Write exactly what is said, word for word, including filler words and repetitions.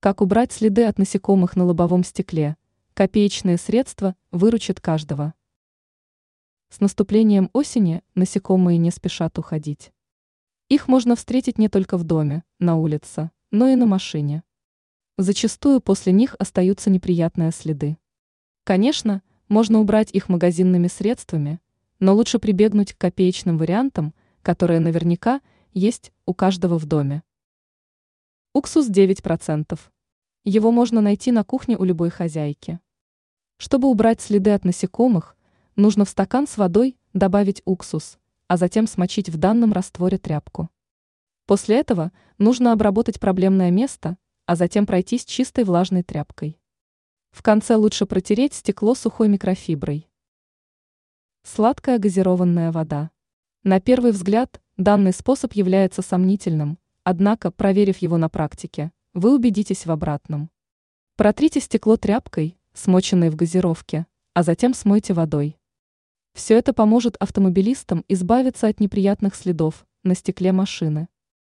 Как убрать следы от насекомых на лобовом стекле? Копеечные средства выручат каждого. С наступлением осени насекомые не спешат уходить. Их можно встретить не только в доме, на улице, но и на машине. Зачастую после них остаются неприятные следы. Конечно, можно убрать их магазинными средствами, но лучше прибегнуть к копеечным вариантам, которые наверняка есть у каждого в доме. Уксус девять процентов. Его можно найти на кухне у любой хозяйки. Чтобы убрать следы от насекомых, нужно в стакан с водой добавить уксус, а затем смочить в данном растворе тряпку. После этого нужно обработать проблемное место, а затем пройтись чистой влажной тряпкой. В конце лучше протереть стекло сухой микрофиброй. Сладкая газированная вода. На первый взгляд, данный способ является сомнительным, однако, проверив его на практике, вы убедитесь в обратном. Протрите стекло тряпкой, смоченной в газировке, а затем смойте водой. Все это поможет автомобилистам избавиться от неприятных следов на стекле машины.